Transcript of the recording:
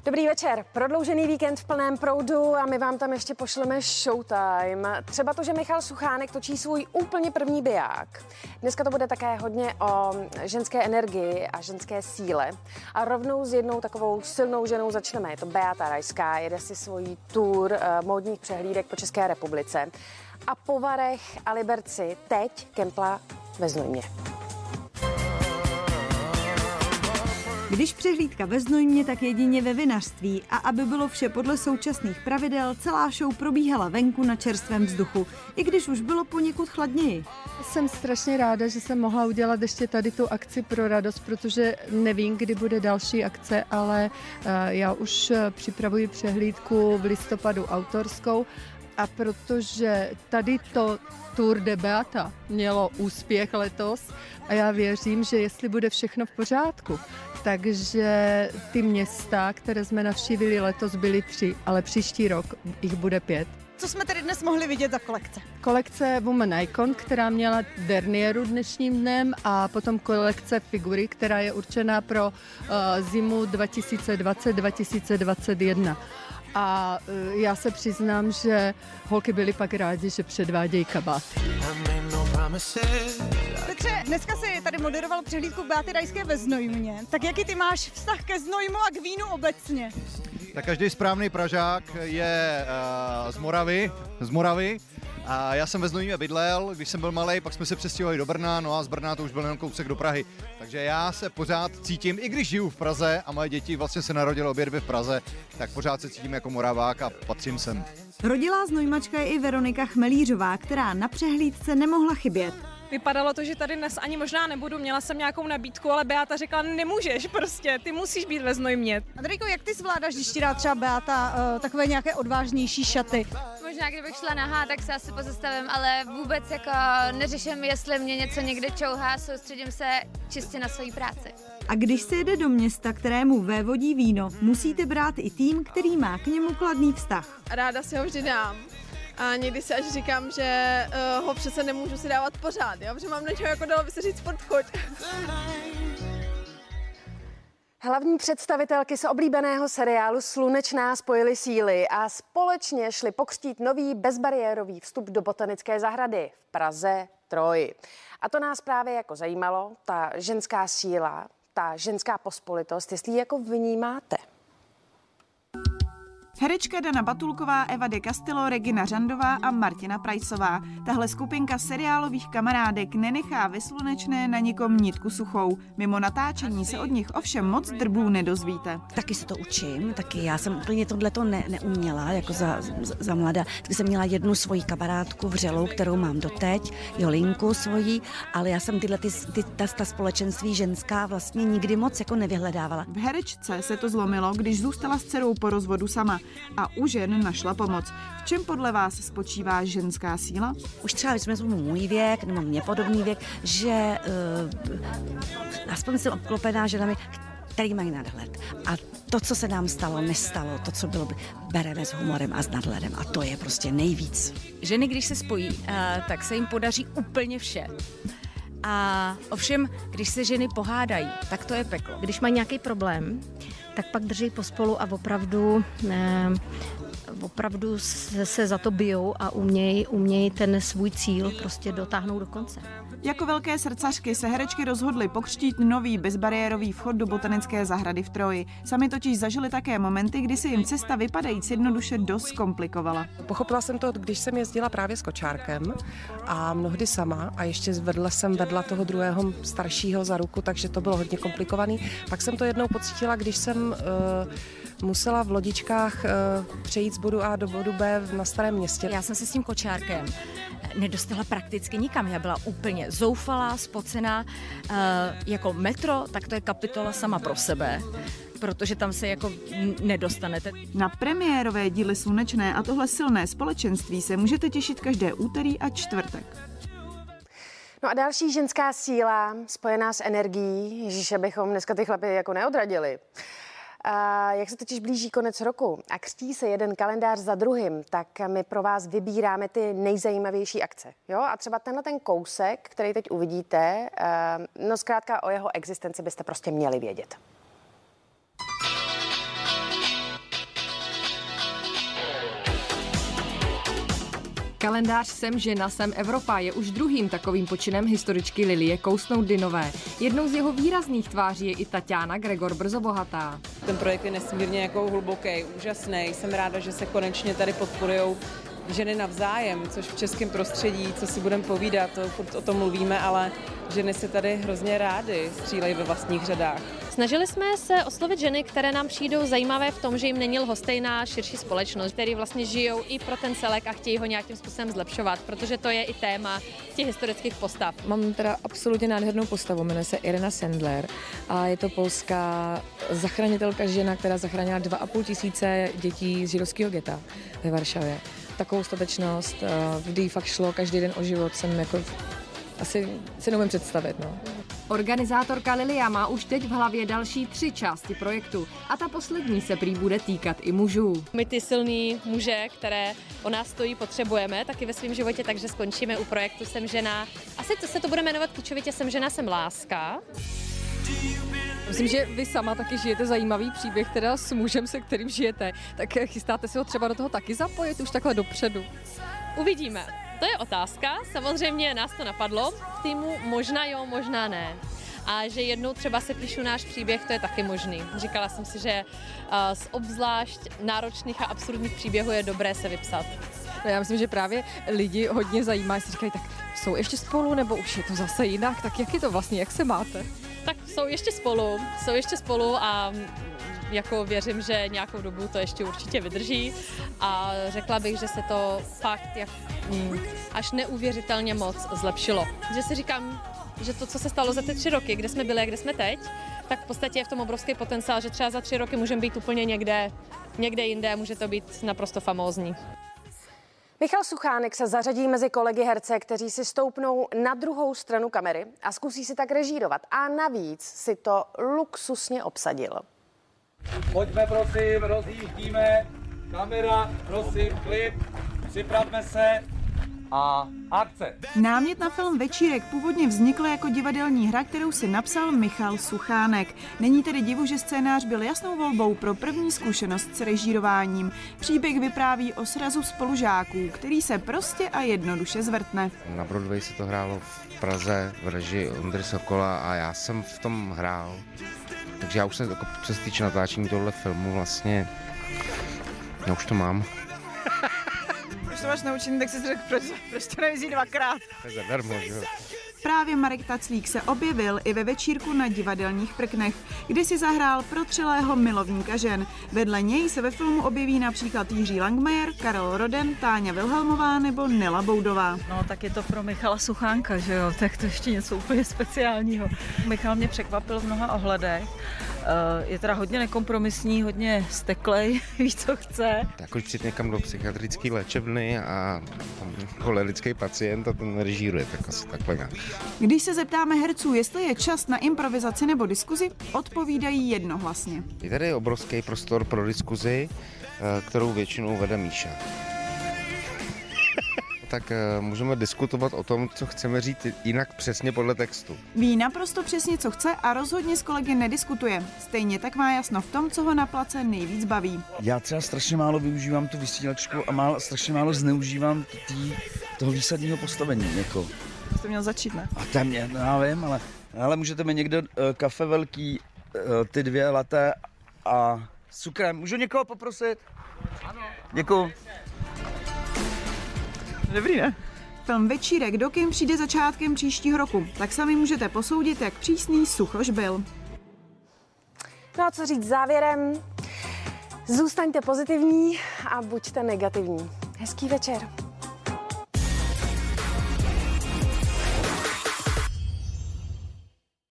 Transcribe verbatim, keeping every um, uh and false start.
Dobrý večer, prodloužený víkend v plném proudu a my vám tam ještě pošleme showtime. Třeba to, že Michal Suchánek točí svůj úplně první biják. Dneska to bude také hodně o ženské energii a ženské síle. A rovnou s jednou takovou silnou ženou začneme. Je to Beata Rajská, jede si svojí tour uh, módních přehlídek po České republice. A po Varech a Liberci teď kempla ve Znojmě. Když přehlídka ve Znojmě, tak jedině ve vinařství. A aby bylo vše podle současných pravidel, celá show probíhala venku na čerstvém vzduchu, i když už bylo poněkud chladněji. Jsem strašně ráda, že jsem mohla udělat ještě tady tu akci pro radost, protože nevím, kdy bude další akce, ale já už připravuji přehlídku v listopadu autorskou. A protože tady to Tour de Beata mělo úspěch letos a já věřím, že jestli bude všechno v pořádku, takže ty města, které jsme navštívili letos, byly tři, ale příští rok jich bude pět. Co jsme tedy dnes mohli vidět za kolekce? Kolekce Woman Icon, která měla derniéru dnešním dnem, a potom kolekce figury, která je určená pro uh, zimu dva tisíce dvacet dva tisíce dvacet jedna. A uh, já se přiznám, že holky byly pak rádi, že předvádějí kabáty. Takže dneska si tady moderoval přehlídku Beaty Rajské ve Znojmě. Tak jaký ty máš vztah ke Znojmu a k vínu obecně? Tak každý správný Pražák je uh, z Moravy, z Moravy. A já jsem ve Znojmě bydlel, když jsem byl malej, pak jsme se přestěhovali do Brna, no a z Brna to už byl jen kousek do Prahy. Takže já se pořád cítím, i když žiju v Praze a moje děti vlastně se narodily obě dvě v Praze, tak pořád se cítím jako Moravák a patřím sem. Rodilá Znojmačka je i Veronika Chmelířová, která na přehlídce nemohla chybět. Vypadalo to, že tady dnes ani možná nebudu, měla jsem nějakou nabídku, ale Beata řekla, nemůžeš prostě, ty musíš být ve Znojmě. Andrejko, jak ty zvládáš, když ti dá třeba Beata uh, takové nějaké odvážnější šaty? Možná, kdybych šla nahá, tak se asi pozastavím, ale vůbec jako neřeším, jestli mě něco někde čouhá, soustředím se čistě na svoji práci. A když se jede do města, kterému vévodí víno, musíte brát i tým, který má k němu kladný vztah. Ráda si ho vždy dám. A někdy si až říkám, že uh, ho přece nemůžu si dávat pořád, jo? Protože mám na něho, jako dalo by se říct, podchuť. Hlavní představitelky z oblíbeného seriálu Slunečná spojily síly a společně šli pokřtít nový bezbariérový vstup do botanické zahrady v Praze Troji. A to nás právě jako zajímalo, ta ženská síla, ta ženská pospolitost, jestli ji jako vnímáte. Herečka Dana Batulková, Eva de Castillo, Regina Řandová a Martina Prajsová. Tahle skupinka seriálových kamarádek nenechá ve Slunečné na nikom nitku suchou. Mimo natáčení se od nich ovšem moc drbů nedozvíte. Taky se to učím, taky já jsem úplně tohleto ne, neuměla, jako za, za, za mladá. Taky jsem měla jednu svoji kamarádku vřelou, kterou mám doteď, Jolinku svoji, ale já jsem tyhle ty, ty, ta, ta společenství ženská vlastně nikdy moc jako nevyhledávala. V herečce se to zlomilo, když zůstala s dcerou po rozvodu sama a u žen našla pomoc. V čem podle vás spočívá ženská síla? Už třeba, když jsme můj věk, nebo mě podobný věk, že uh, aspoň jsem obklopená ženami, který mají nadhled. A to, co se nám stalo, nestalo, to, co bylo, bereme s humorem a s nadhledem. A to je prostě nejvíc. Ženy, když se spojí, uh, tak se jim podaří úplně vše. A ovšem, když se ženy pohádají, tak to je peklo. Když mají nějaký problém, tak pak drží pospolu a opravdu, eh, opravdu se, se za to bijou a umějí uměj ten svůj cíl prostě dotáhnout do konce. Jako velké srdcařky se herečky rozhodly pokřtít nový bezbariérový vchod do botanické zahrady v Troji. Sami totiž zažili také momenty, kdy se jim cesta vypadajíc jednoduše dost komplikovala. Pochopila jsem to, když jsem jezdila právě s kočárkem a mnohdy sama a ještě vedle jsem vedla toho druhého staršího za ruku, takže to bylo hodně komplikovaný. Pak jsem to jednou pocítila, když jsem uh, musela v lodičkách uh, přejít z bodu A do bodu B na Starém Městě. Já jsem se s tím kočárkem nedostala prakticky nikam. Já byla úplně zoufalá, spocená. Uh, jako metro, tak to je kapitola sama pro sebe, protože tam se jako nedostanete. Na premiérové díly Slunečné a tohle silné společenství se můžete těšit každé úterý a čtvrtek. No a další ženská síla spojená s energií, ježiš, abychom dneska ty chlapy jako neodradili. A jak se totiž blíží konec roku a křtí se jeden kalendář za druhým, tak my pro vás vybíráme ty nejzajímavější akce. Jo? A třeba tenhle ten kousek, který teď uvidíte, no zkrátka o jeho existenci byste prostě měli vědět. Kalendář Jsem žena, jsem Evropa je už druhým takovým počinem historičky Lilie Kousnout-Dynové. Jednou z jeho výrazných tváří je i Tatiana Gregor Brzobohatá. Ten projekt je nesmírně jako hluboký, úžasný. Jsem ráda, že se konečně tady podporujou ženy navzájem, což v českém prostředí, co si budeme povídat, to furt o tom mluvíme, ale ženy se tady hrozně rády střílejí ve vlastních řadách. Snažili jsme se oslovit ženy, které nám přijdou zajímavé v tom, že jim není lhostejná širší společnost, které vlastně žijou i pro ten celek a chtějí ho nějakým způsobem zlepšovat, protože to je i téma těch historických postav. Mám teda absolutně nádhernou postavu, jmenuje se Irena Sendler a je to polská zachránitelka žena, která zachránila dva a půl tisíce dětí z židovského geta ve Varšavě. Takovou statečnost, kdy fakt šlo každý den o život, jsem jako asi si neumím představit. No. Organizátorka Lilia má už teď v hlavě další tři části projektu a ta poslední se prý bude týkat i mužů. My ty silný muže, které o nás stojí, potřebujeme taky ve svém životě, takže skončíme u projektu Jsem žena. Asi to se to bude jmenovat klíčovitě Jsem žena, jsem láska. Myslím, že vy sama taky žijete zajímavý příběh teda s mužem, se kterým žijete. Tak chystáte se ho třeba do toho taky zapojit už takhle dopředu? Uvidíme. To je otázka. Samozřejmě nás to napadlo v týmu, možná jo, možná ne. A že jednou třeba se píšu náš příběh, to je taky možný. Říkala jsem si, že z obzvlášť náročných a absurdních příběhů je dobré se vypsat. No já myslím, že právě lidi hodně zajímá, jestli říkají, tak jsou ještě spolu, nebo už je to zase jinak, tak jak je to vlastně, jak se máte? Tak jsou ještě spolu, jsou ještě spolu a jako věřím, že nějakou dobu to ještě určitě vydrží a řekla bych, že se to fakt jak, mm, až neuvěřitelně moc zlepšilo. Že si říkám, že to, co se stalo za ty tři roky, kde jsme byli a kde jsme teď, tak v podstatě je v tom obrovský potenciál, že třeba za tři roky můžeme být úplně někde, někde jinde, může to být naprosto famózní. Michal Suchánek se zařadí mezi kolegy herce, kteří si stoupnou na druhou stranu kamery a zkusí si tak režírovat. A navíc si to luxusně obsadil. Pojďme prosím, rozjíždíme, kamera, prosím, klip, připravme se a akce. Námět na film Večírek původně vznikl jako divadelní hra, kterou si napsal Michal Suchánek. Není tedy divu, že scénář byl jasnou volbou pro první zkušenost s režírováním. Příběh vypráví o srazu spolužáků, který se prostě a jednoduše zvrtne. Na Broadway se to hrálo v Praze v režii Ondry Sokola a já jsem v tom hrál. Takže já už jsem jako přes týč natáčení tohle filmu vlastně, já už to mám. Když to máš naučený, tak si řekl, proč, proč to nejezdí dvakrát. To je zadarmo, že jo. Právě Marek Taclík se objevil i ve Večírku na divadelních prknech, kdy si zahrál protřelého milovníka žen. Vedle něj se ve filmu objeví například Jiří Langmajer, Karel Roden, Táňa Vilhelmová nebo Nela Boudová. No tak je to pro Michala Suchánka, že jo, tak to ještě něco úplně speciálního. Michal mě překvapil v mnoha ohledech. Je teda hodně nekompromisní, hodně steklej, ví, co chce. Tak už přijít někam do psychiatrické léčebny a tam cholerický pacient a ten režíruje, tak asi takhle nějak. Když se zeptáme herců, jestli je čas na improvizaci nebo diskuzi, odpovídají jednohlasně. Je tady obrovský prostor pro diskuzi, kterou většinou vede Míša. Tak můžeme diskutovat o tom, co chceme říct jinak přesně podle textu. Ví naprosto přesně, co chce a rozhodně s kolegy nediskutuje. Stejně tak má jasno v tom, co ho na place nejvíc baví. Já třeba strašně málo využívám tu vysílačku a málo, strašně málo zneužívám tý, toho výsadního postavení. Jako. Jste měl začít, ne? A tam mě, no já vím, ale, ale můžete mi někdo uh, kafe velký, uh, ty dvě latte a s cukrem. Můžu někoho poprosit? Ano. Děkuju. Dobrý, ne? Film Večírek do kin přijde začátkem příštího roku, tak sami můžete posoudit, jak přísný Suchoš byl. No a co říct závěrem? Zůstaňte pozitivní a buďte negativní. Hezký večer.